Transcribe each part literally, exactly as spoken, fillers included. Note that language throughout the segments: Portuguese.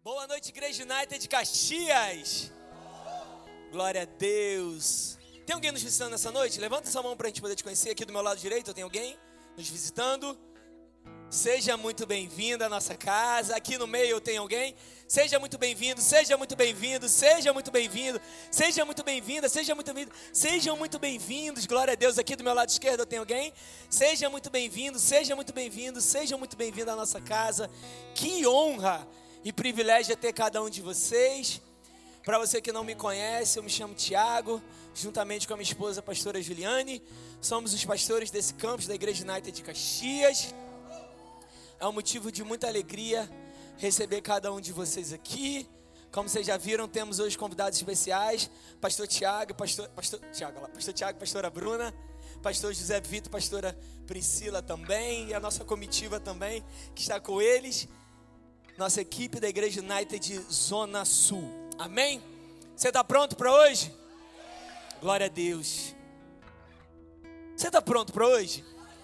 Boa noite, Igreja United de Caxias. Glória a Deus. Tem alguém nos visitando nessa noite? Levanta sua mão para a gente poder te conhecer. Aqui do meu lado direito tem alguém nos visitando. Seja muito bem-vindo à nossa casa. Aqui no meio tem alguém. Seja muito bem-vindo, seja muito bem-vindo, seja muito bem-vindo, seja muito bem-vinda, seja muito bem-vindo. Sejam muito bem-vindos, glória a Deus. Aqui do meu lado esquerdo tem alguém. Seja muito bem-vindo, seja muito bem-vindo, seja muito bem-vindo à nossa casa. Que honra e privilégio é ter cada um de vocês. Para você que não me conhece, eu me chamo Tiago, juntamente com a minha esposa, a pastora Juliane. Somos os pastores desse campus da Igreja United de Caxias. É um motivo de muita alegria receber cada um de vocês aqui. Como vocês já viram, temos hoje convidados especiais. Pastor Tiago, pastor, pastor, Tiago, lá, pastor Tiago, pastora Bruna, pastor José Vitor, pastora Priscila também. E a nossa comitiva também, que está com eles. Nossa equipe da Igreja United Zona Sul. Amém? Você está pronto para hoje? Glória a Deus. Você está pronto para hoje?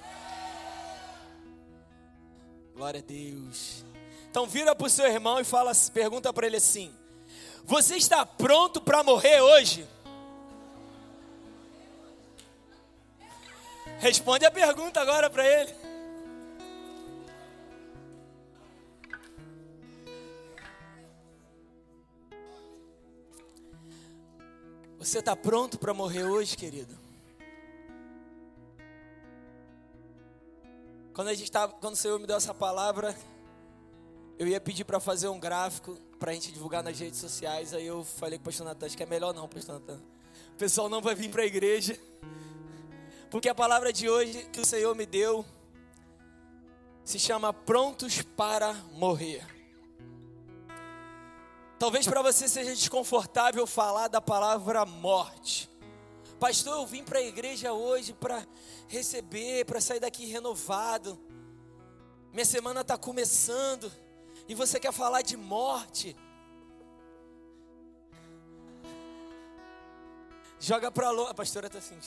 Glória a Deus. Então vira para o seu irmão e fala, pergunta para ele assim: você está pronto para morrer hoje? Responde a pergunta agora para ele. Você está pronto para morrer hoje, querido? Quando a gente tava, quando o Senhor me deu essa palavra, eu ia pedir para fazer um gráfico para a gente divulgar nas redes sociais. Aí eu falei com o pastor Natan, acho que é melhor não, pastor Natan. O pessoal não vai vir para a igreja, porque a palavra de hoje que o Senhor me deu se chama prontos para morrer. Talvez para você seja desconfortável falar da palavra morte. Pastor, eu vim para a igreja hoje para receber, para sair daqui renovado. Minha semana está começando e você quer falar de morte? Joga para longe. A pastora está assim.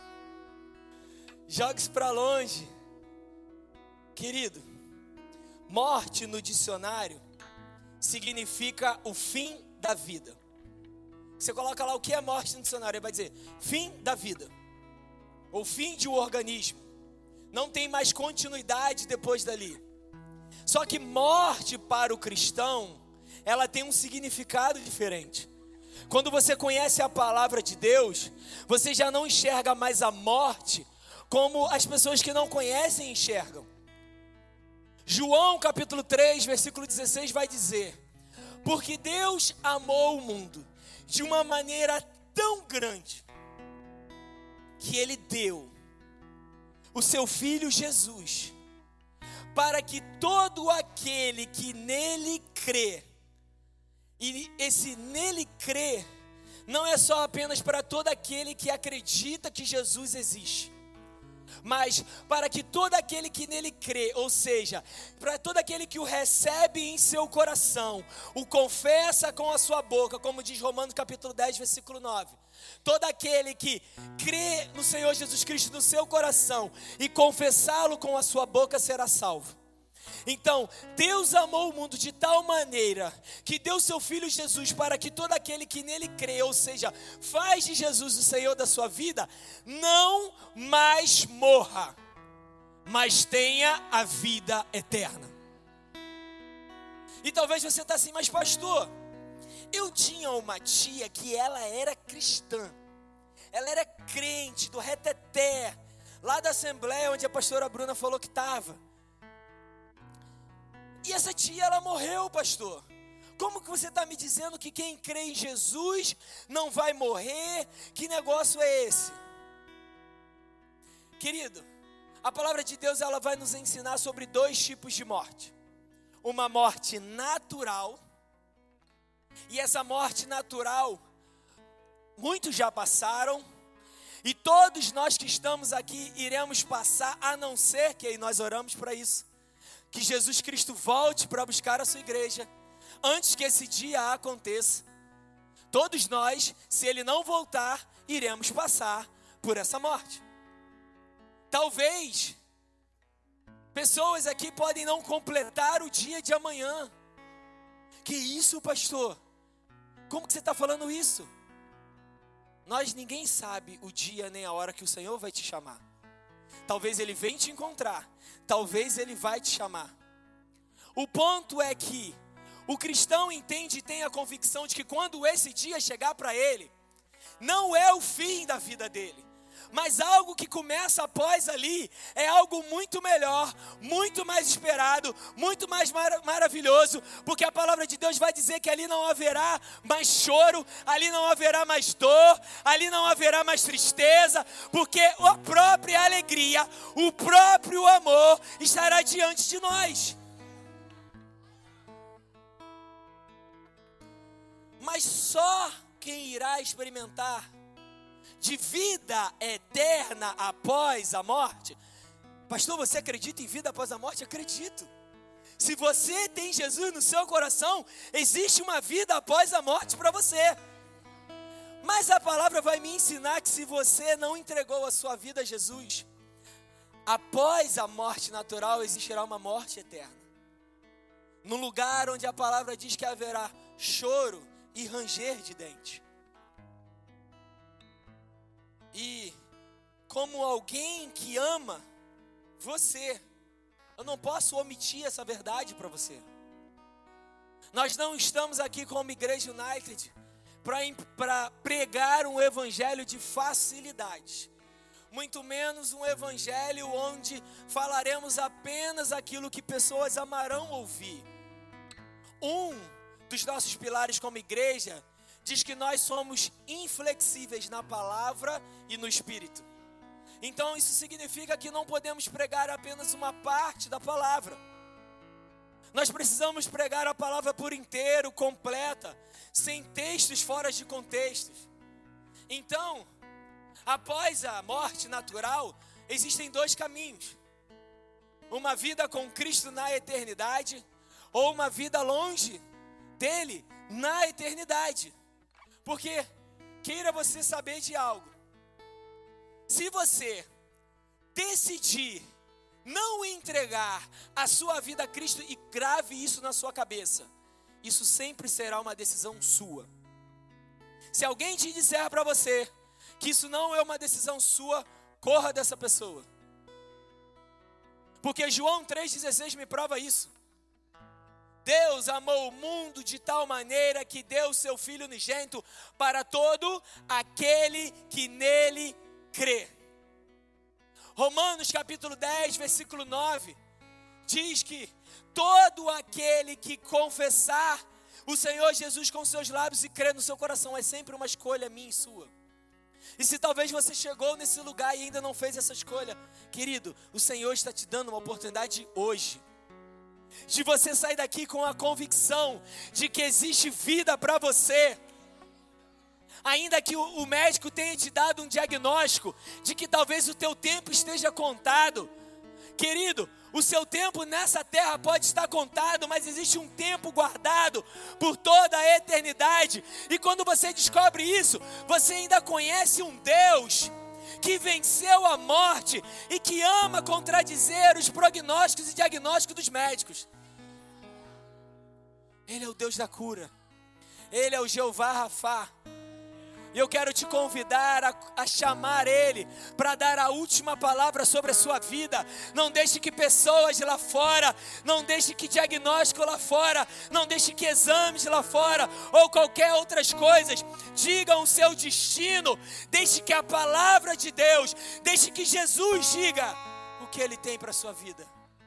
Joga isso para longe. Querido, morte no dicionário significa o fim da vida. Você coloca lá o que é morte no dicionário, ele vai dizer fim da vida, ou fim de um organismo. Não tem mais continuidade depois dali. Só que morte para o cristão, ela tem um significado diferente. Quando você conhece a palavra de Deus, você já não enxerga mais a morte como as pessoas que não conhecem enxergam. João capítulo três, versículo dezesseis vai dizer: porque Deus amou o mundo de uma maneira tão grande, que Ele deu o seu Filho Jesus, para que todo aquele que nele crê, e esse nele crê, não é só apenas para todo aquele que acredita que Jesus existe, mas para que todo aquele que nele crê, ou seja, para todo aquele que o recebe em seu coração, o confessa com a sua boca, como diz Romanos capítulo dez, versículo nove. Todo aquele que crê no Senhor Jesus Cristo no seu coração e confessá-lo com a sua boca será salvo. Então, Deus amou o mundo de tal maneira que deu seu Filho Jesus para que todo aquele que nele crê, ou seja, faz de Jesus o Senhor da sua vida, não mais morra, mas tenha a vida eterna. E talvez você está assim, mas pastor, eu tinha uma tia que ela era cristã, ela era crente do reteté, lá da Assembleia onde a pastora Bruna falou que estava. E essa tia, ela morreu, pastor. Como que você está me dizendo que quem crê em Jesus não vai morrer? Que negócio é esse? Querido, a palavra de Deus, ela vai nos ensinar sobre dois tipos de morte. Uma morte natural. E essa morte natural, muitos já passaram. E todos nós que estamos aqui iremos passar, a não ser que, e nós oramos para isso, que Jesus Cristo volte para buscar a sua igreja, antes que esse dia aconteça. Todos nós, se Ele não voltar, iremos passar por essa morte. Talvez, pessoas aqui podem não completar o dia de amanhã. Que isso, pastor? Como que você está falando isso? Nós, ninguém sabe o dia nem a hora que o Senhor vai te chamar. Talvez Ele venha te encontrar. Talvez Ele vai te chamar. O ponto é que o cristão entende e tem a convicção de que quando esse dia chegar para ele, não é o fim da vida dele, mas algo que começa após ali, é algo muito melhor, muito mais esperado, muito mais mar- maravilhoso, porque a palavra de Deus vai dizer que ali não haverá mais choro, ali não haverá mais dor, ali não haverá mais tristeza, porque a própria alegria, o próprio amor estará diante de nós. Mas só quem irá experimentar de vida eterna após a morte. Pastor, você acredita em vida após a morte? Acredito. Se você tem Jesus no seu coração, existe uma vida após a morte para você. Mas a palavra vai me ensinar que se você não entregou a sua vida a Jesus, após a morte natural existirá uma morte eterna. Num lugar onde a palavra diz que haverá choro e ranger de dente. E como alguém que ama você, eu não posso omitir essa verdade para você. Nós não estamos aqui como Igreja United para pregar um evangelho de facilidade, muito menos um evangelho onde falaremos apenas aquilo que pessoas amarão ouvir. Um dos nossos pilares como igreja diz que nós somos inflexíveis na palavra e no espírito. Então isso significa que não podemos pregar apenas uma parte da palavra. Nós precisamos pregar a palavra por inteiro, completa, sem textos fora de contextos. Então, após a morte natural, existem dois caminhos: uma vida com Cristo na eternidade, ou uma vida longe dele na eternidade. Porque queira você saber de algo, se você decidir não entregar a sua vida a Cristo, e grave isso na sua cabeça, isso sempre será uma decisão sua. Se alguém te disser para você que isso não é uma decisão sua, corra dessa pessoa. Porque João três dezesseis me prova isso. Deus amou o mundo de tal maneira que deu o seu Filho unigênito para todo aquele que nele crê. Romanos capítulo dez, versículo nove, diz que todo aquele que confessar o Senhor Jesus com seus lábios e crer no seu coração, é sempre uma escolha minha e sua. E se talvez você chegou nesse lugar e ainda não fez essa escolha, querido, o Senhor está te dando uma oportunidade hoje de você sair daqui com a convicção de que existe vida para você. Ainda que o, o médico tenha te dado um diagnóstico de que talvez o teu tempo esteja contado, querido, o seu tempo nessa terra pode estar contado, mas existe um tempo guardado por toda a eternidade. E quando você descobre isso, você ainda conhece um Deus que venceu a morte e que ama contradizer os prognósticos e diagnósticos dos médicos. Ele é o Deus da cura. Ele é o Jeová Rafá. E eu quero te convidar a, a chamar Ele para dar a última palavra sobre a sua vida. Não deixe que pessoas lá fora, não deixe que diagnóstico lá fora, não deixe que exames lá fora, ou qualquer outras coisas, digam o seu destino. Deixe que a palavra de Deus, deixe que Jesus diga o que Ele tem para a sua vida.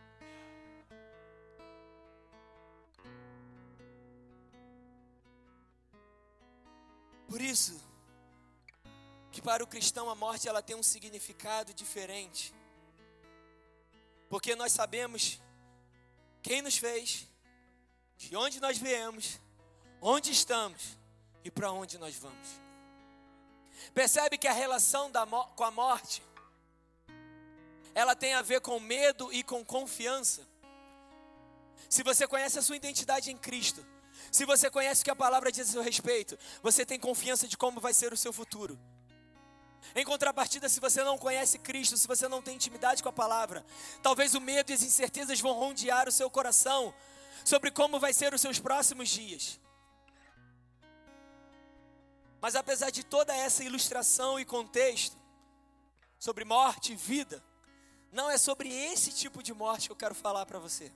Por isso, que para o cristão a morte ela tem um significado diferente. Porque nós sabemos quem nos fez, de onde nós viemos, onde estamos e para onde nós vamos. Percebe que a relação da, com a morte, ela tem a ver com medo e com confiança. Se você conhece a sua identidade em Cristo, se você conhece o que a palavra diz a seu respeito, você tem confiança de como vai ser o seu futuro. Em contrapartida, se você não conhece Cristo, se você não tem intimidade com a palavra, talvez o medo e as incertezas vão rondear o seu coração. sobre como vai ser os seus próximos dias. Mas apesar de toda essa ilustração e contexto sobre morte e vida, não é sobre esse tipo de morte que eu quero falar para você.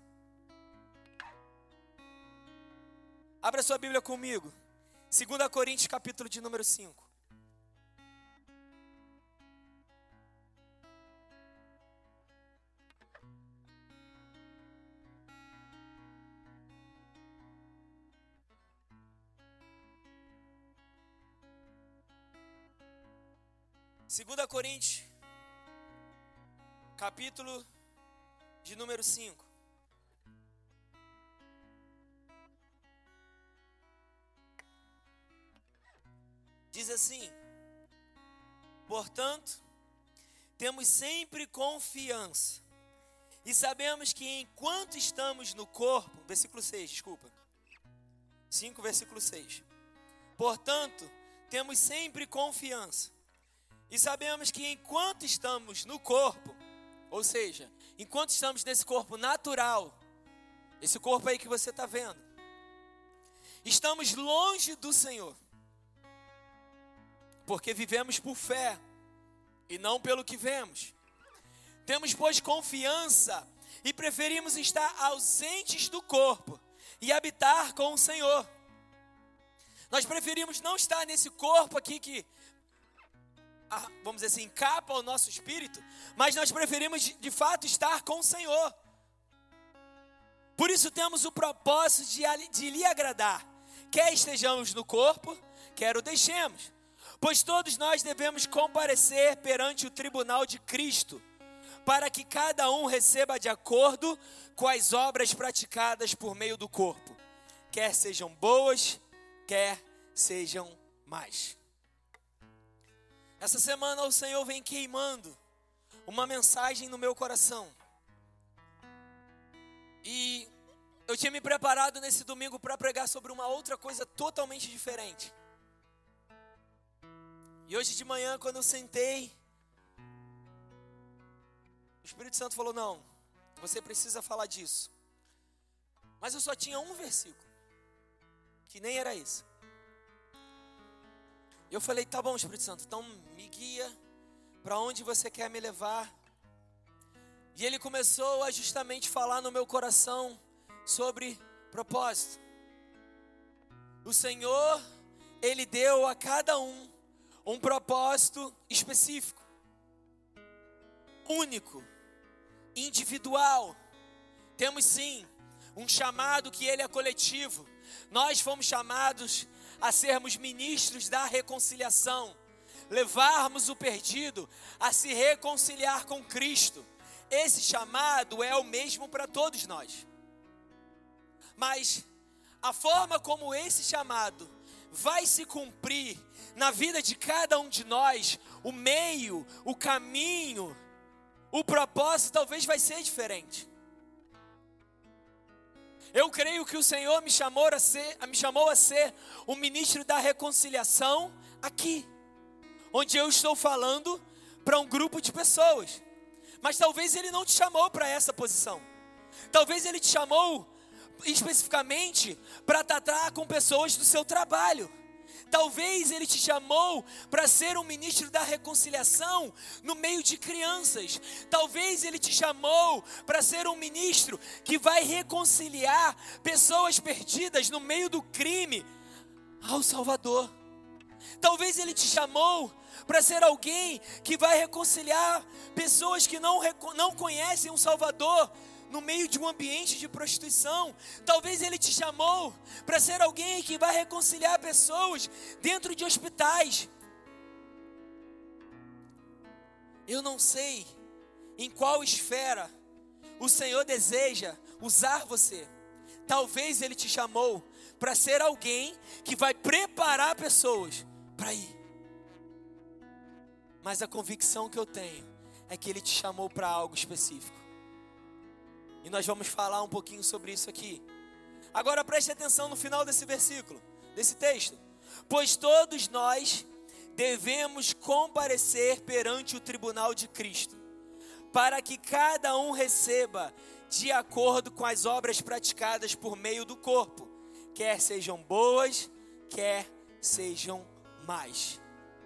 Abra sua Bíblia comigo. Segunda Coríntios, capítulo de número cinco. Segunda Coríntios, capítulo de número cinco. Diz assim: portanto, temos sempre confiança e sabemos que enquanto estamos no corpo, versículo seis, desculpa, cinco, versículo seis. Portanto, temos sempre confiança e sabemos que enquanto estamos no corpo, ou seja, enquanto estamos nesse corpo natural, esse corpo aí que você está vendo, estamos longe do Senhor, porque vivemos por fé e não pelo que vemos. Temos, pois, confiança e preferimos estar ausentes do corpo e habitar com o Senhor. Nós preferimos não estar nesse corpo aqui que, vamos dizer assim, encapa o nosso espírito, mas nós preferimos de, de fato estar com o Senhor. Por isso temos o propósito de, de lhe agradar, quer estejamos no corpo, quer o deixemos. Pois todos nós devemos comparecer perante o tribunal de Cristo, para que cada um receba de acordo com as obras praticadas por meio do corpo, quer sejam boas, quer sejam más. Essa semana o Senhor vem queimando uma mensagem no meu coração. E eu tinha me preparado nesse domingo para pregar sobre uma outra coisa totalmente diferente. E hoje de manhã, quando eu sentei, o Espírito Santo falou: não, você precisa falar disso. Mas eu só tinha um versículo, que nem era esse. E eu falei: tá bom, Espírito Santo, então me guia para onde você quer me levar. E ele começou a justamente falar no meu coração sobre propósito. O Senhor, Ele deu a cada um um propósito específico, único, individual. Temos sim um chamado que ele é coletivo. Nós fomos chamados a sermos ministros da reconciliação, levarmos o perdido a se reconciliar com Cristo. Esse chamado é o mesmo para todos nós. Mas a forma como esse chamado vai se cumprir na vida de cada um de nós, o meio, o caminho, o propósito talvez vai ser diferente. Eu creio que o Senhor me chamou a ser, me chamou a ser o ministro da reconciliação aqui, onde eu estou falando para um grupo de pessoas. Mas talvez Ele não te chamou para essa posição. Talvez Ele te chamou especificamente para tratar com pessoas do seu trabalho. Talvez Ele te chamou para ser um ministro da reconciliação no meio de crianças. Talvez Ele te chamou para ser um ministro que vai reconciliar pessoas perdidas no meio do crime ao Salvador. Talvez Ele te chamou para ser alguém que vai reconciliar pessoas que não, não conhecem um Salvador no meio de um ambiente de prostituição. Talvez Ele te chamou para ser alguém que vai reconciliar pessoas dentro de hospitais. Eu não sei em qual esfera o Senhor deseja usar você. Talvez Ele te chamou para ser alguém que vai preparar pessoas para ir. Mas a convicção que eu tenho é que Ele te chamou para algo específico. E nós vamos falar um pouquinho sobre isso aqui. Agora preste atenção no final desse versículo, desse texto. Pois todos nós devemos comparecer perante o tribunal de Cristo, para que cada um receba de acordo com as obras praticadas por meio do corpo, quer sejam boas, quer sejam más.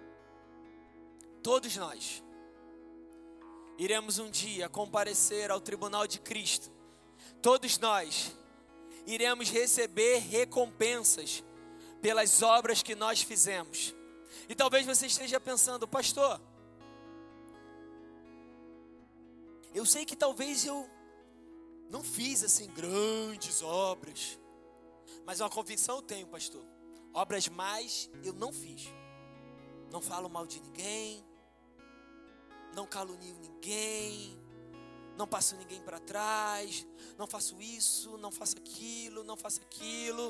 Todos nós iremos um dia comparecer ao tribunal de Cristo. Todos nós iremos receber recompensas pelas obras que nós fizemos. E talvez você esteja pensando, pastor, eu sei que talvez eu não fiz assim grandes obras, mas uma convicção eu tenho, pastor. Obras mais eu não fiz. Não falo mal de ninguém, não calunio ninguém, não passo ninguém para trás, não faço isso, não faço aquilo, não faço aquilo.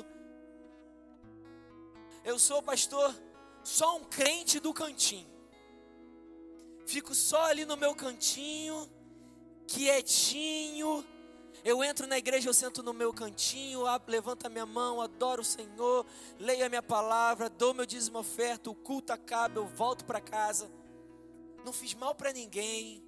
Eu sou, pastor, só um crente do cantinho. Fico só ali no meu cantinho, quietinho. Eu entro na igreja, eu sento no meu cantinho, levanto a minha mão, adoro o Senhor, leio a minha palavra, dou meu dízimo oferta, o culto acaba, eu volto para casa. Não fiz mal para ninguém.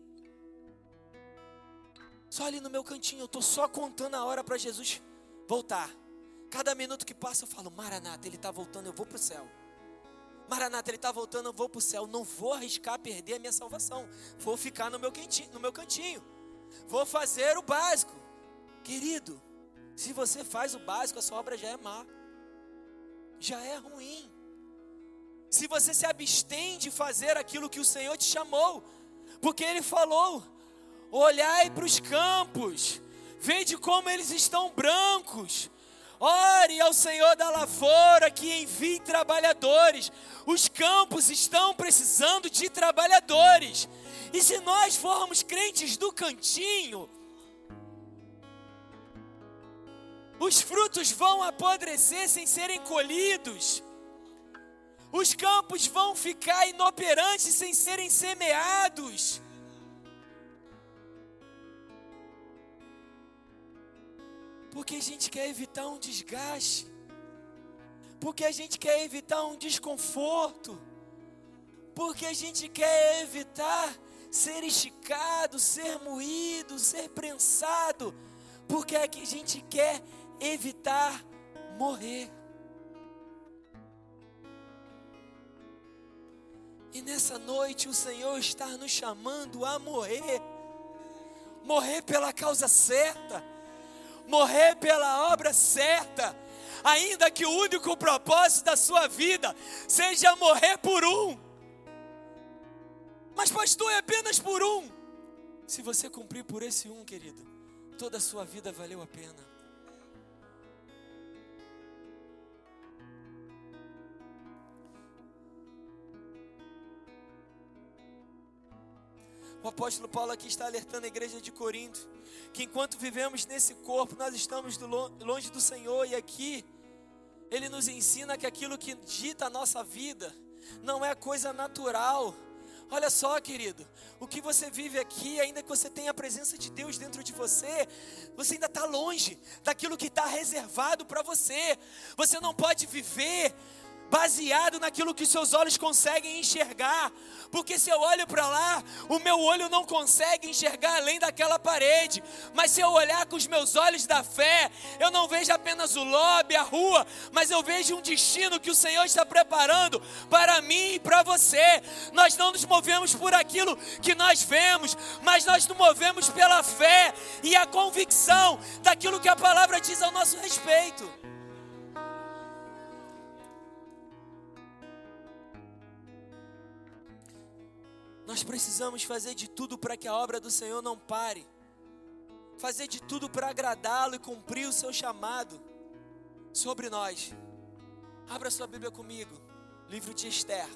Só ali no meu cantinho, eu estou só contando a hora para Jesus voltar. Cada minuto que passa eu falo, Maranata, Ele está voltando, eu vou para o céu. Maranata, Ele está voltando, eu vou para o céu. Não vou arriscar perder a minha salvação. Vou ficar no meu cantinho, no meu cantinho. Vou fazer o básico. Querido, se você faz o básico, a sua obra já é má. Já é ruim. Se você se abstém de fazer aquilo que o Senhor te chamou, porque Ele falou, olhai para os campos, vede como eles estão brancos. Ore ao Senhor da lavoura que envie trabalhadores. Os campos estão precisando de trabalhadores. E se nós formos crentes do cantinho, os frutos vão apodrecer sem serem colhidos. Os campos vão ficar inoperantes sem serem semeados. Porque a gente quer evitar um desgaste. Porque a gente quer evitar um desconforto. Porque a gente quer evitar ser esticado, ser moído, ser prensado. Porque a gente quer evitar morrer. E nessa noite o Senhor está nos chamando a morrer. Morrer pela causa certa. Morrer pela obra certa. Ainda que o único propósito da sua vida seja morrer por um. Mas pastor, é apenas por um. Se você cumprir por esse um, querido, toda a sua vida valeu a pena. O apóstolo Paulo aqui está alertando a igreja de Corinto, que enquanto vivemos nesse corpo, nós estamos do longe do Senhor, e aqui ele nos ensina que aquilo que dita a nossa vida não é coisa natural. Olha só, querido, o que você vive aqui, ainda que você tenha a presença de Deus dentro de você, você ainda está longe daquilo que está reservado para você. Você não pode viver baseado naquilo que seus olhos conseguem enxergar, porque se eu olho para lá, o meu olho não consegue enxergar além daquela parede, mas se eu olhar com os meus olhos da fé, eu não vejo apenas o lobby, a rua, mas eu vejo um destino que o Senhor está preparando para mim e para você. Nós não nos movemos por aquilo que nós vemos, mas nós nos movemos pela fé e a convicção daquilo que a palavra diz ao nosso respeito. Nós precisamos fazer de tudo para que a obra do Senhor não pare. Fazer de tudo para agradá-lo e cumprir o seu chamado sobre nós. Abra sua Bíblia comigo. Livro de Esther.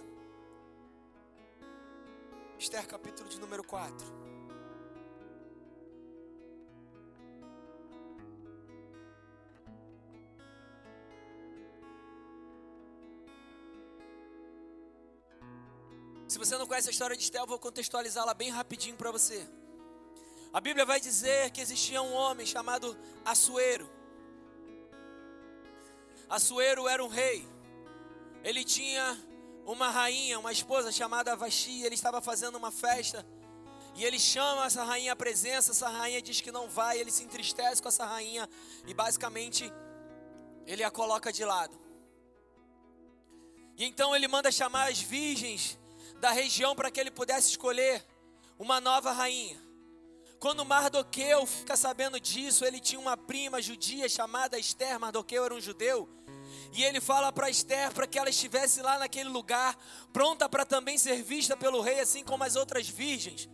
Esther, capítulo de número quatro. Se você não conhece a história de Esther, eu vou contextualizá-la bem rapidinho para você. A Bíblia vai dizer que existia um homem chamado Assuero. Assuero era um rei. Ele tinha uma rainha, uma esposa chamada Vasti. Ele estava fazendo uma festa. E ele chama essa rainha à presença, essa rainha diz que não vai, ele se entristece com essa rainha e basicamente ele a coloca de lado. E então ele manda chamar as virgens da região para que ele pudesse escolher uma nova rainha. Quando Mardoqueu fica sabendo disso, ele tinha uma prima judia chamada Esther. Mardoqueu era um judeu. E ele fala para Esther para que ela estivesse lá naquele lugar, pronta para também ser vista pelo rei, assim como as outras virgens.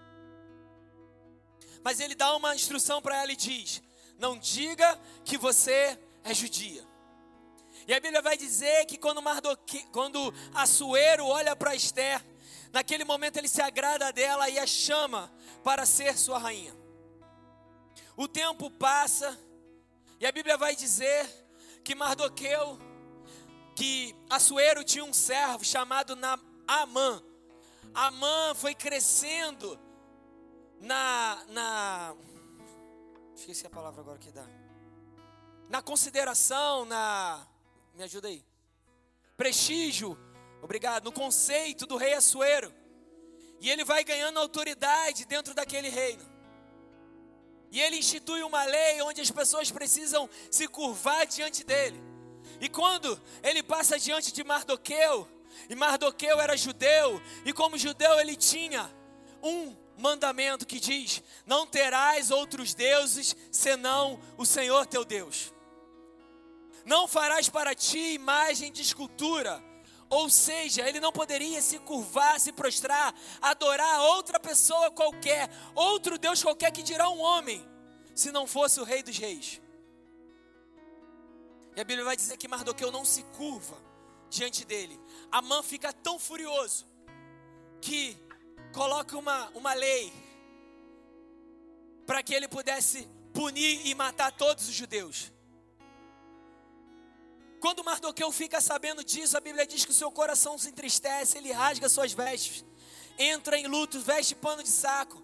Mas ele dá uma instrução para ela e diz: não diga que você é judia. E a Bíblia vai dizer que quando, Mardoque... quando Assuero olha para Esther, naquele momento ele se agrada dela e a chama para ser sua rainha. O tempo passa e a Bíblia vai dizer que Mardoqueu, que Assuero tinha um servo chamado Amã. Amã foi crescendo na, na, esqueci a palavra agora que dá, na consideração, na, me ajuda aí, prestígio, obrigado, no conceito do rei Assuero. E ele vai ganhando autoridade dentro daquele reino. E ele institui uma lei onde as pessoas precisam se curvar diante dele. E quando ele passa diante de Mardoqueu, e Mardoqueu era judeu, e como judeu ele tinha um mandamento que diz: não terás outros deuses senão o Senhor teu Deus. Não farás para ti imagem de escultura. Ou seja, ele não poderia se curvar, se prostrar, adorar outra pessoa qualquer, outro Deus qualquer, que dirá um homem, se não fosse o rei dos reis. E a Bíblia vai dizer que Mardoqueu não se curva diante dele. Amã fica tão furioso que coloca uma, uma lei para que ele pudesse punir e matar todos os judeus. Quando Mardoqueu fica sabendo disso, a Bíblia diz que o seu coração se entristece, ele rasga suas vestes, entra em luto, veste pano de saco.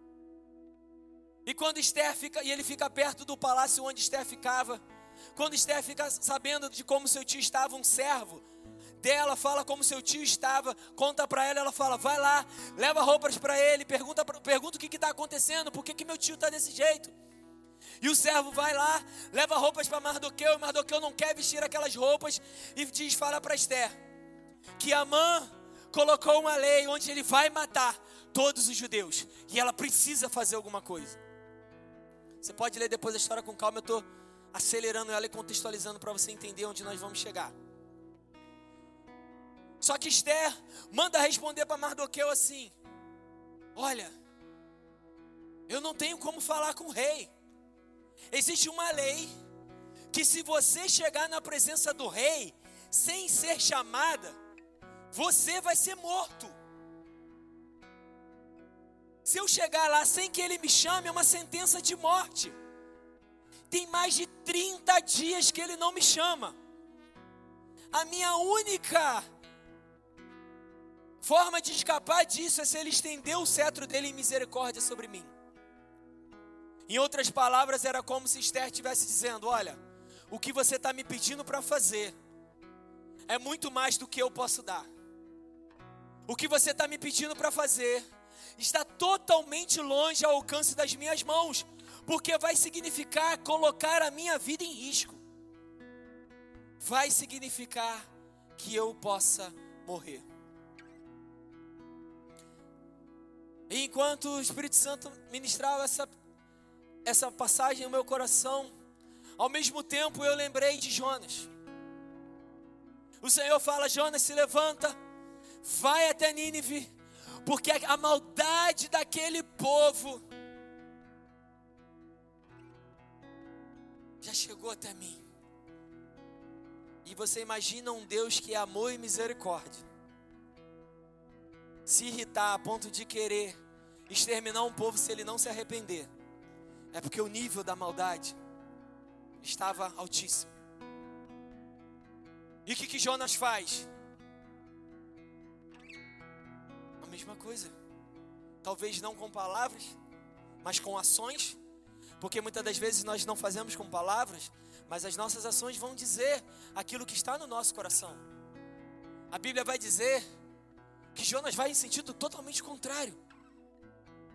E quando Esther fica, e ele fica perto do palácio onde Esther ficava, quando Esther fica sabendo de como seu tio estava, um servo dela fala como seu tio estava, conta para ela, ela fala: vai lá, leva roupas para ele, pergunta, pergunta o que está acontecendo, por que, que meu tio está desse jeito. E o servo vai lá, leva roupas para Mardoqueu, e Mardoqueu não quer vestir aquelas roupas, e diz, fala para Esther, que Amã colocou uma lei onde ele vai matar todos os judeus, e ela precisa fazer alguma coisa. Você pode ler depois a história com calma, eu estou acelerando ela e contextualizando para você entender onde nós vamos chegar. Só que Esther manda responder para Mardoqueu assim: olha, eu não tenho como falar com o rei. Existe uma lei que se você chegar na presença do rei sem ser chamada, você vai ser morto. Se eu chegar lá sem que ele me chame, é uma sentença de morte. Tem mais de trinta dias que ele não me chama. A minha única forma de escapar disso é se ele estender o cetro dele em misericórdia sobre mim. Em outras palavras, era como se Esther estivesse dizendo: olha, o que você está me pedindo para fazer é muito mais do que eu posso dar. O que você está me pedindo para fazer está totalmente longe ao alcance das minhas mãos, porque vai significar colocar a minha vida em risco. Vai significar que eu possa morrer. E enquanto o Espírito Santo ministrava essa, essa passagem no meu coração, ao mesmo tempo eu lembrei de Jonas. O Senhor fala: Jonas, se levanta, vai até Nínive, porque a maldade daquele povo já chegou até mim. E você imagina um Deus que é amor e misericórdia se irritar a ponto de querer exterminar um povo se ele não se arrepender? É porque o nível da maldade estava altíssimo. E o que, que Jonas faz? A mesma coisa. Talvez não com palavras, mas com ações. Porque muitas das vezes nós não fazemos com palavras, mas as nossas ações vão dizer aquilo que está no nosso coração. A Bíblia vai dizer que Jonas vai em sentido totalmente contrário.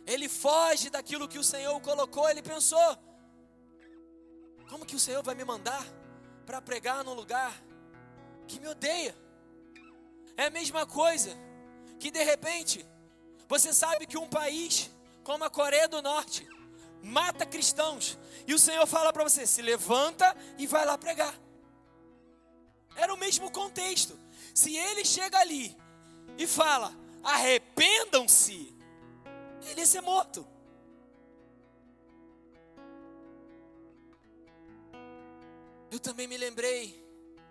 Ele foge daquilo que o Senhor colocou. Ele pensou: como que o Senhor vai me mandar para pregar num lugar que me odeia? É a mesma coisa que de repente você sabe que um país como a Coreia do Norte mata cristãos, e o Senhor fala para você: se levanta e vai lá pregar. Era o mesmo contexto. Se ele chega ali e fala: arrependam-se, ele ia ser morto. Eu também me lembrei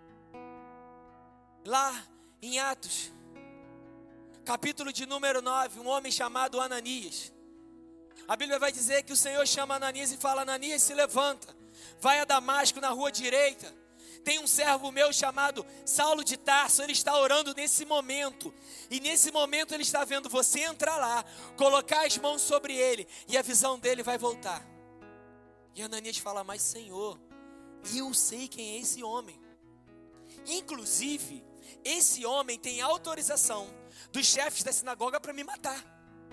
lá em Atos, capítulo de número nove, um homem chamado Ananias. A Bíblia vai dizer que o Senhor chama Ananias e fala: Ananias, se levanta, vai a Damasco, na rua direita. Tem um servo meu chamado Saulo de Tarso, ele está orando nesse momento. E nesse momento ele está vendo você entrar lá, colocar as mãos sobre ele, e a visão dele vai voltar. E Ananias fala: mas Senhor, eu sei quem é esse homem. Inclusive, esse homem tem autorização dos chefes da sinagoga para me matar.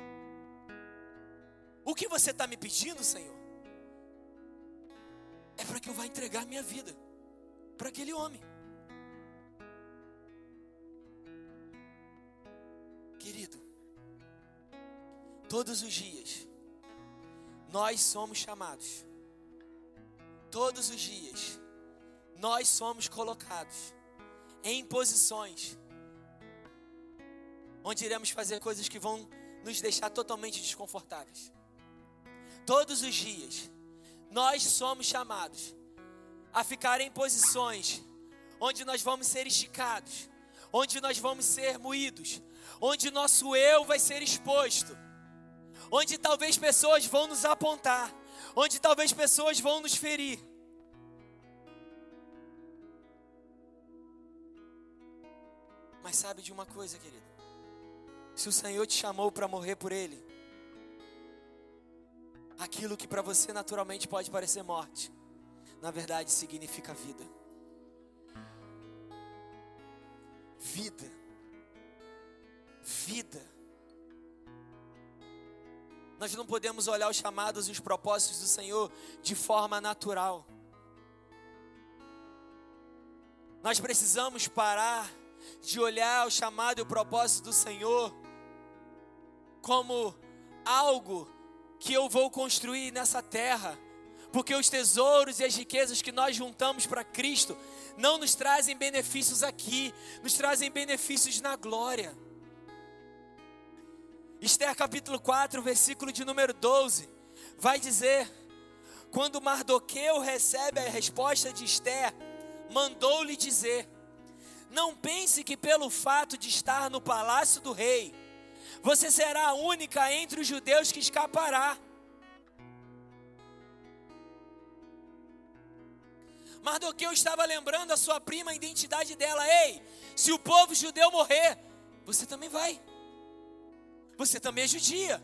O que você está me pedindo, Senhor, é para que eu vá entregar minha vida para aquele homem. Querido, todos os dias nós somos chamados, todos os dias nós somos colocados em posições onde iremos fazer coisas que vão nos deixar totalmente desconfortáveis. Todos os dias nós somos chamados a ficar em posições onde nós vamos ser esticados, onde nós vamos ser moídos, onde nosso eu vai ser exposto, onde talvez pessoas vão nos apontar, onde talvez pessoas vão nos ferir. Mas sabe de uma coisa, querido? Se o Senhor te chamou para morrer por Ele, aquilo que para você naturalmente pode parecer morte, na verdade significa vida. Vida. Vida. Nós não podemos olhar os chamados e os propósitos do Senhor de forma natural. Nós precisamos parar de olhar o chamado e o propósito do Senhor como algo que eu vou construir nessa terra, porque os tesouros e as riquezas que nós juntamos para Cristo não nos trazem benefícios aqui, nos trazem benefícios na glória. Esther capítulo quatro, versículo de número doze, vai dizer: quando Mardoqueu recebe a resposta de Esther, mandou-lhe dizer: não pense que pelo fato de estar no palácio do rei, você será a única entre os judeus que escapará. Mardoqueu estava lembrando a sua prima a identidade dela. Ei, se o povo judeu morrer, você também vai. Você também é judia.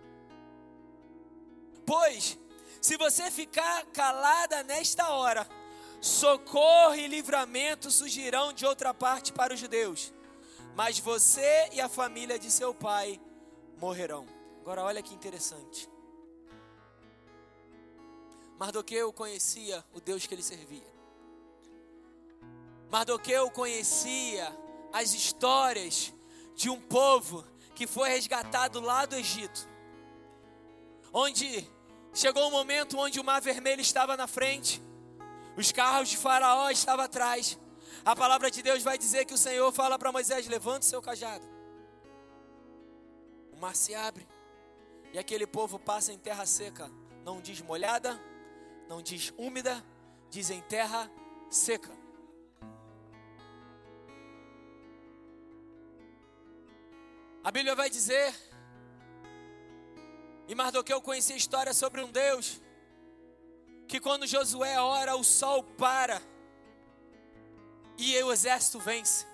Pois, se você ficar calada nesta hora, socorro e livramento surgirão de outra parte para os judeus, mas você e a família de seu pai morrerão. Agora olha que interessante. Mardoqueu conhecia o Deus que ele servia. Mardoqueu conhecia as histórias de um povo que foi resgatado lá do Egito, onde chegou um momento onde o Mar Vermelho estava na frente, os carros de Faraó estavam atrás. A palavra de Deus vai dizer que o Senhor fala para Moisés: levante seu cajado. O mar se abre e aquele povo passa em terra seca. Não diz molhada, não diz úmida, diz em terra seca. A Bíblia vai dizer, e Mardoqueu conhecia a história sobre um Deus, que quando Josué ora, o sol para e o exército vence.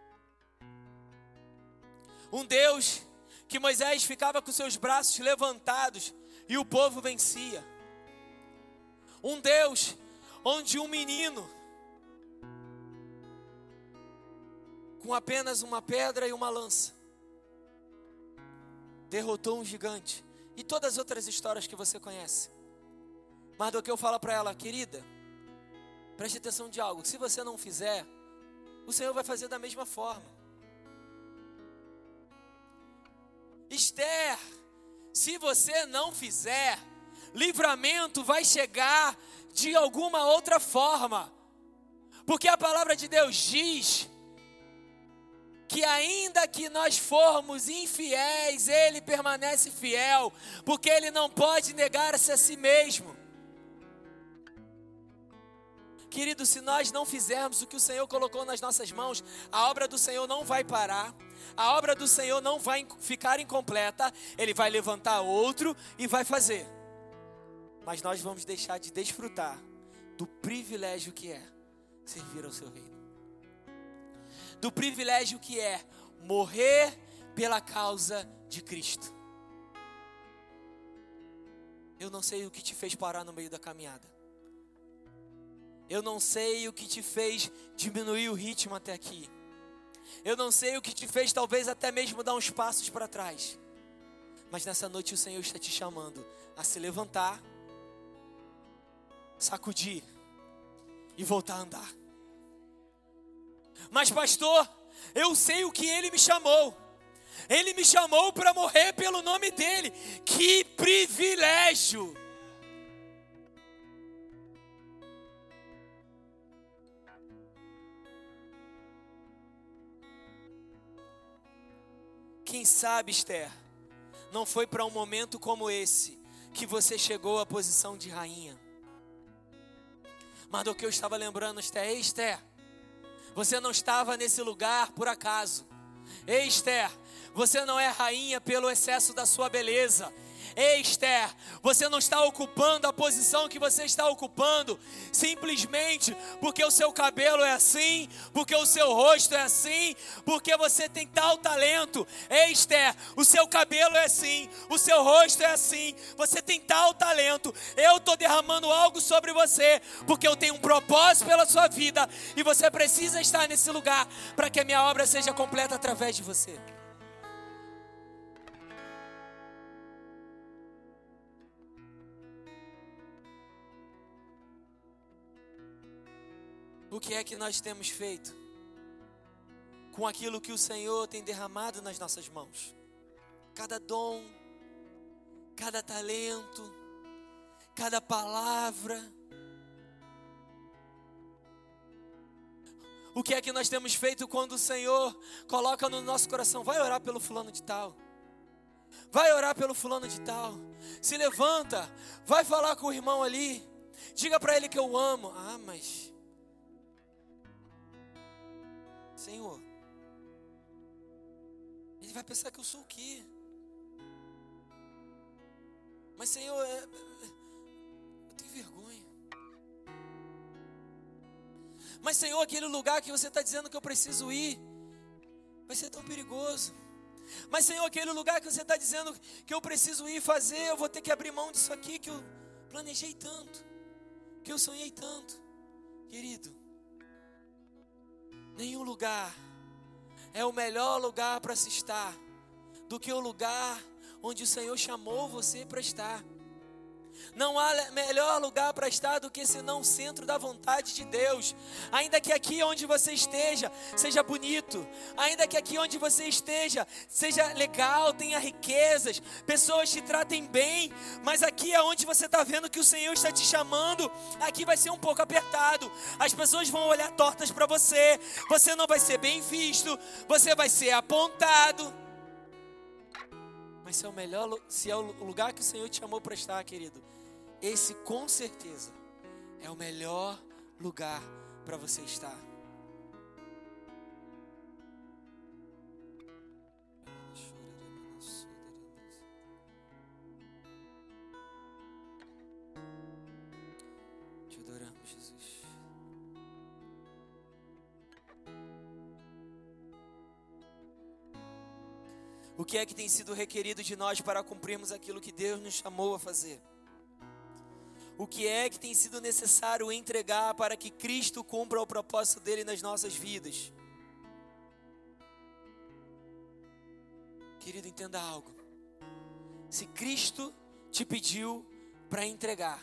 Um Deus que Moisés ficava com seus braços levantados e o povo vencia. Um Deus onde um menino, com apenas uma pedra e uma lança, derrotou um gigante E todas as outras histórias que você conhece. Mardoqueu fala para ela: querida, preste atenção de algo. Se você não fizer, o Senhor vai fazer da mesma forma. Esther, se você não fizer, livramento vai chegar de alguma outra forma. Porque a palavra de Deus diz que ainda que nós formos infiéis, Ele permanece fiel, porque Ele não pode negar-se a si mesmo. Querido, se nós não fizermos o que o Senhor colocou nas nossas mãos, a obra do Senhor não vai parar, a obra do Senhor não vai ficar incompleta, Ele vai levantar outro e vai fazer. Mas nós vamos deixar de desfrutar do privilégio que é servir ao seu reino. Do privilégio que é morrer pela causa de Cristo. Eu não sei o que te fez parar no meio da caminhada. Eu não sei o que te fez diminuir o ritmo até aqui. Eu não sei o que te fez talvez até mesmo dar uns passos para trás. Mas nessa noite o Senhor está te chamando a se levantar, sacudir e voltar a andar. Mas pastor, eu sei o que Ele me chamou. Ele me chamou para morrer pelo nome dEle. Que privilégio! Quem sabe, Esther, não foi para um momento como esse que você chegou à posição de rainha. Mardoqueu estava lembrando Esther: ei, Esther, você não estava nesse lugar por acaso. Ei, Esther, você não é rainha pelo excesso da sua beleza. Ei, Esther, você não está ocupando a posição que você está ocupando simplesmente porque o seu cabelo é assim, porque o seu rosto é assim, porque você tem tal talento. Ei, Esther, o seu cabelo é assim, o seu rosto é assim, você tem tal talento. Eu estou derramando algo sobre você porque eu tenho um propósito pela sua vida e você precisa estar nesse lugar para que a minha obra seja completa através de você. O que é que nós temos feito com aquilo que o Senhor tem derramado nas nossas mãos? Cada dom, cada talento, cada palavra. O que é que nós temos feito quando o Senhor coloca no nosso coração: vai orar pelo fulano de tal, vai orar pelo fulano de tal, se levanta, vai falar com o irmão ali, diga para ele que eu amo. Ah, mas... Senhor, ele vai pensar que eu sou o quê? Mas Senhor, é, eu tenho vergonha. Mas Senhor, aquele lugar que você está dizendo que eu preciso ir vai ser tão perigoso. Mas Senhor, aquele lugar que você está dizendo que eu preciso ir fazer, eu vou ter que abrir mão disso aqui que eu planejei tanto, que eu sonhei tanto. Querido, nenhum lugar é o melhor lugar para se estar do que o lugar onde o Senhor chamou você para estar. Não há melhor lugar para estar do que senão o centro da vontade de Deus. Ainda que aqui onde você esteja seja bonito, ainda que aqui onde você esteja seja legal, tenha riquezas, pessoas te tratem bem, mas aqui é onde você está vendo que o Senhor está te chamando, aqui vai ser um pouco apertado. As pessoas vão olhar tortas para você, você não vai ser bem visto, você vai ser apontado. Mas se é o melhor, se é o lugar que o Senhor te chamou para estar, querido, esse com certeza é o melhor lugar para você estar. Te adoramos, Jesus. O que é que tem sido requerido de nós para cumprirmos aquilo que Deus nos chamou a fazer? O que é que tem sido necessário entregar para que Cristo cumpra o propósito dele nas nossas vidas? Querido, entenda algo. Se Cristo te pediu para entregar,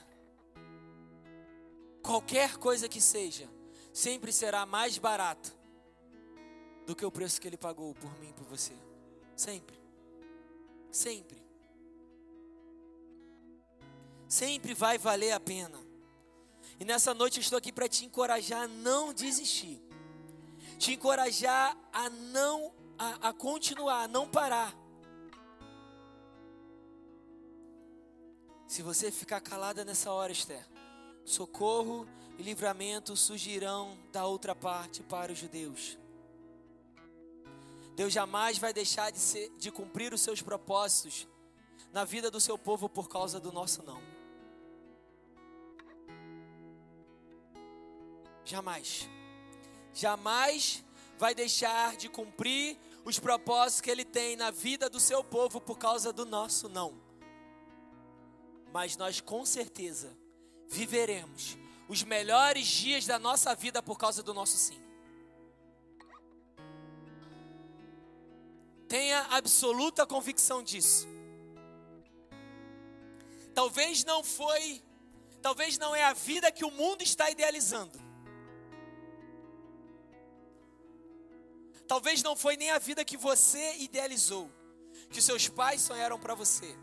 qualquer coisa que seja, sempre será mais barato do que o preço que Ele pagou por mim e por você. Sempre. Sempre. Sempre vai valer a pena. E nessa noite eu estou aqui para te encorajar a não desistir. Te encorajar a não, a, a continuar, a não parar. Se você ficar calada nessa hora, Esther, socorro e livramento surgirão da outra parte para os judeus. Deus jamais vai deixar de, ser, de cumprir os seus propósitos na vida do seu povo por causa do nosso não. Jamais. Jamais vai deixar de cumprir os propósitos que Ele tem na vida do seu povo por causa do nosso não. Mas nós com certeza viveremos os melhores dias da nossa vida por causa do nosso sim. Tenha absoluta convicção disso. Talvez não foi, talvez não é a vida que o mundo está idealizando. Talvez não foi nem a vida que você idealizou, que seus pais sonharam para você.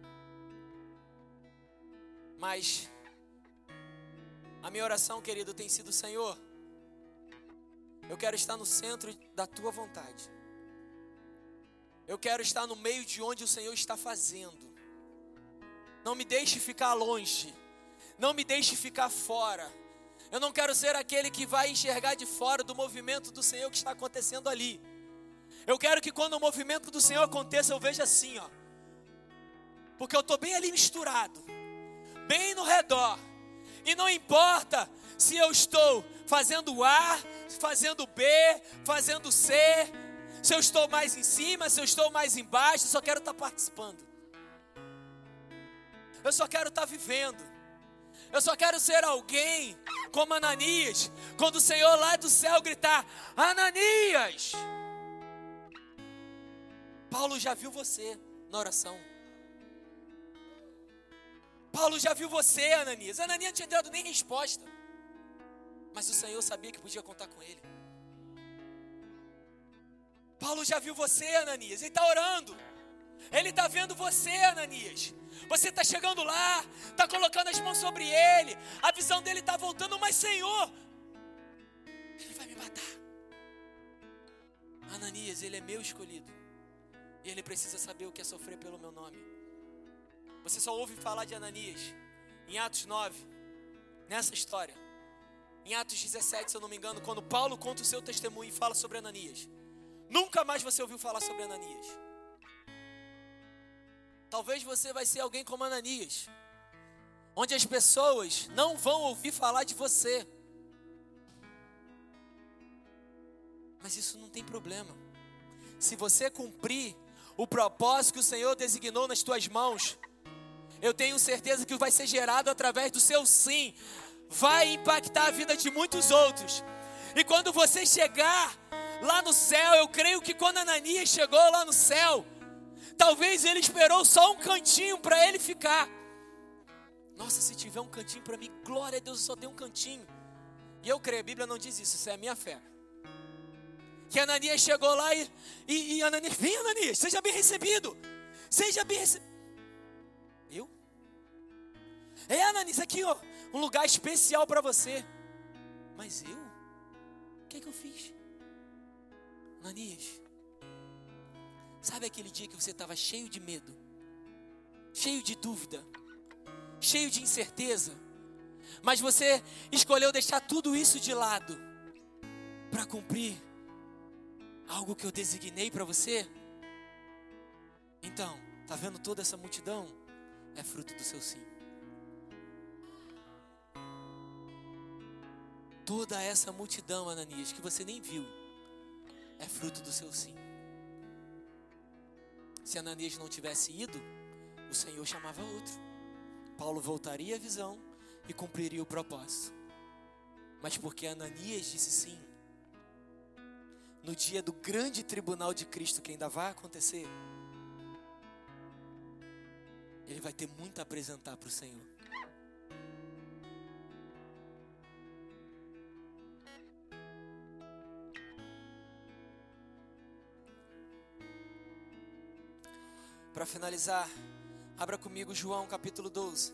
Mas a minha oração, querido, tem sido: Senhor, eu quero estar no centro da Tua vontade. Eu quero estar no meio de onde o Senhor está fazendo. Não me deixe ficar longe. Não me deixe ficar fora. Eu não quero ser aquele que vai enxergar de fora do movimento do Senhor que está acontecendo ali. Eu quero que quando o movimento do Senhor aconteça, eu veja assim, ó. Porque eu estou bem ali misturado. Bem no redor. E não importa se eu estou fazendo A, fazendo B, fazendo C, se eu estou mais em cima, se eu estou mais embaixo, eu só quero estar participando. Eu só quero estar vivendo. Eu só quero ser alguém como Ananias, quando o Senhor lá do céu gritar: Ananias! Paulo já viu você na oração. Paulo já viu você, Ananias. Ananias não tinha dado nem resposta, mas o Senhor sabia que podia contar com ele. Paulo já viu você, Ananias. Ele está orando. Ele está vendo você, Ananias. Você está chegando lá, está colocando as mãos sobre ele. A visão dele está voltando, mas Senhor, ele vai me matar. Ananias, ele é meu escolhido. E ele precisa saber o que é sofrer pelo meu nome. Você só ouve falar de Ananias em Atos nove, nessa história. Em Atos dezessete, se eu não me engano, quando Paulo conta o seu testemunho e fala sobre Ananias. Nunca mais você ouviu falar sobre Ananias. Talvez você vai ser alguém como Ananias, onde as pessoas não vão ouvir falar de você. Mas isso não tem problema. Se você cumprir o propósito que o Senhor designou nas tuas mãos, eu tenho certeza que vai ser gerado através do seu sim. Vai impactar a vida de muitos outros. E quando você chegar lá no céu, eu creio que quando Ananias chegou lá no céu, talvez ele esperou só um cantinho para ele ficar. Nossa, se tiver um cantinho para mim, glória a Deus, eu só tenho um cantinho. E eu creio, a Bíblia não diz isso, isso é a minha fé. Que Ananias chegou lá e, e, e Ananias, vem Ananias, seja bem recebido. Seja bem recebido. Eu? É, Ananias, aqui ó, um lugar especial para você. Mas eu? O que é que eu fiz? Ananias, sabe aquele dia que você estava cheio de medo, cheio de dúvida, cheio de incerteza, mas você escolheu deixar tudo isso de lado para cumprir algo que eu designei para você? Então, tá vendo toda essa multidão? É fruto do seu sim. Toda essa multidão, Ananias, que você nem viu, é fruto do seu sim. Se Ananias não tivesse ido, o Senhor chamava outro. Paulo voltaria à visão e cumpriria o propósito. Mas porque Ananias disse sim, no dia do grande tribunal de Cristo, que ainda vai acontecer, ele vai ter muito a apresentar para o Senhor. Para finalizar, abra comigo João capítulo doze.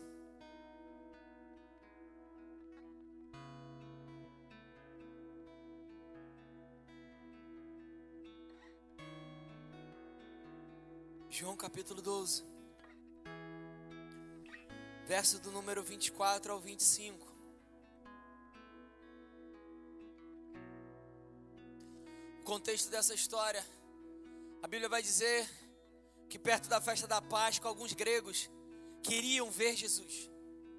João capítulo doze, verso do número vinte e quatro ao vinte e cinco. O contexto dessa história, a Bíblia vai dizer que perto da festa da Páscoa, alguns gregos queriam ver Jesus.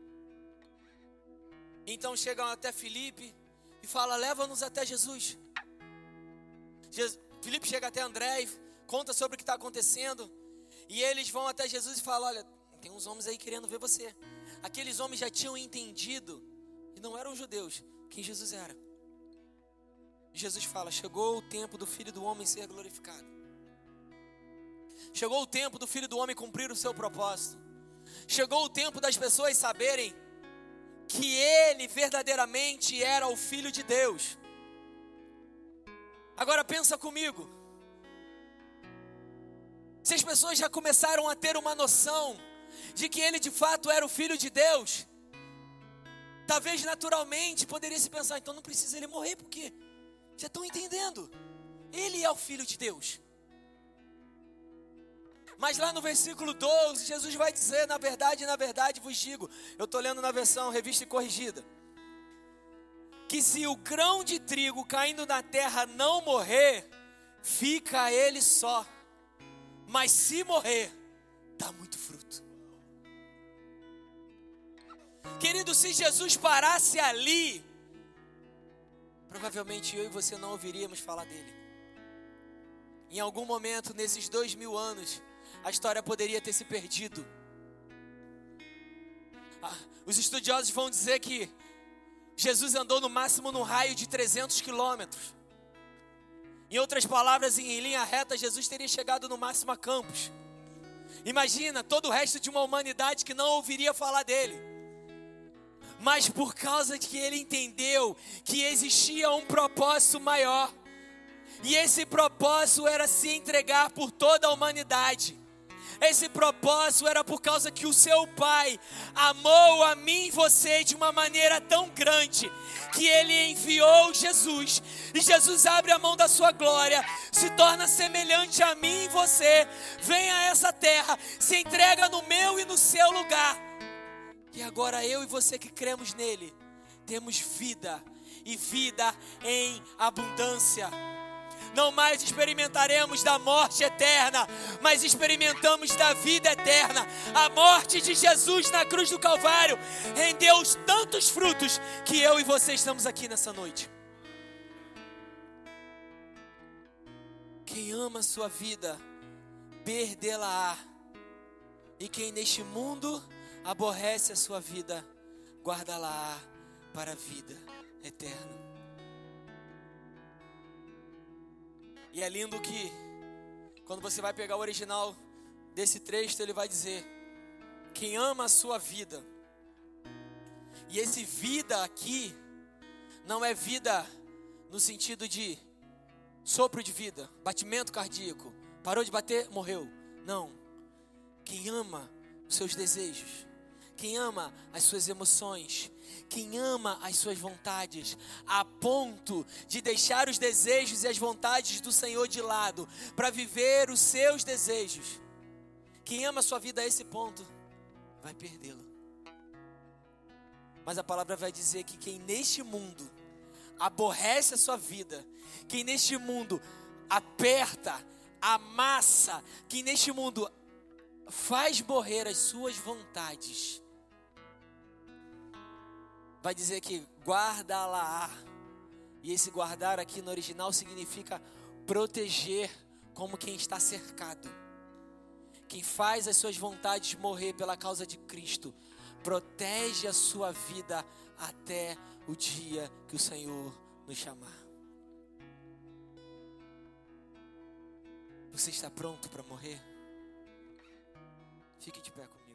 Então chegam até Filipe e falam: leva-nos até Jesus. Jesus. Filipe chega até André e conta sobre o que está acontecendo. E eles vão até Jesus e falam: olha, tem uns homens aí querendo ver você. Aqueles homens já tinham entendido, e não eram judeus, quem Jesus era. E Jesus fala: chegou o tempo do Filho do Homem ser glorificado. Chegou o tempo do Filho do Homem cumprir o seu propósito. Chegou o tempo das pessoas saberem que Ele verdadeiramente era o Filho de Deus. Agora pensa comigo. Se as pessoas já começaram a ter uma noção de que Ele de fato era o Filho de Deus, talvez naturalmente poderia se pensar: então não precisa Ele morrer, porque já estão entendendo, Ele é o Filho de Deus. Mas lá no versículo doze, Jesus vai dizer: na verdade, na verdade vos digo, eu estou lendo na versão revista e corrigida, que se o grão de trigo caindo na terra não morrer, fica ele só, mas se morrer, dá muito fruto. Querido, se Jesus parasse ali, provavelmente eu e você não ouviríamos falar dele. Em algum momento, nesses dois mil anos, a história poderia ter se perdido. Ah, os estudiosos vão dizer que Jesus andou no máximo no raio de trezentos quilômetros. Em outras palavras, em linha reta, Jesus teria chegado no máximo a Campos. Imagina todo o resto de uma humanidade que não ouviria falar dele. Mas por causa de que ele entendeu que existia um propósito maior, e esse propósito era se entregar por toda a humanidade. Esse propósito era por causa que o seu Pai amou a mim e você de uma maneira tão grande, que Ele enviou Jesus. E Jesus abre a mão da sua glória, se torna semelhante a mim e você, vem a essa terra, se entrega no meu e no seu lugar. E agora eu e você que cremos nele, temos vida, e vida em abundância. Não mais experimentaremos da morte eterna, mas experimentamos da vida eterna. A morte de Jesus na cruz do Calvário rendeu tantos frutos que eu e você estamos aqui nessa noite. Quem ama a sua vida, perdê-la-á. E quem neste mundo aborrece a sua vida, guarda-la-á para a vida eterna. E é lindo que, quando você vai pegar o original desse texto, ele vai dizer: quem ama a sua vida. E esse vida aqui, não é vida no sentido de sopro de vida, batimento cardíaco, parou de bater, morreu. Não. Quem ama os seus desejos, quem ama as suas emoções, quem ama as suas vontades, a ponto de deixar os desejos e as vontades do Senhor de lado, para viver os seus desejos. Quem ama a sua vida a esse ponto, vai perdê-la. Mas a palavra vai dizer que quem neste mundo aborrece a sua vida, quem neste mundo aperta, amassa, quem neste mundo faz morrer as suas vontades, vai dizer que guarda-la. E esse guardar aqui no original significa proteger, como quem está cercado. Quem faz as suas vontades morrer pela causa de Cristo, protege a sua vida até o dia que o Senhor nos chamar. Você está pronto para morrer? Fique de pé comigo.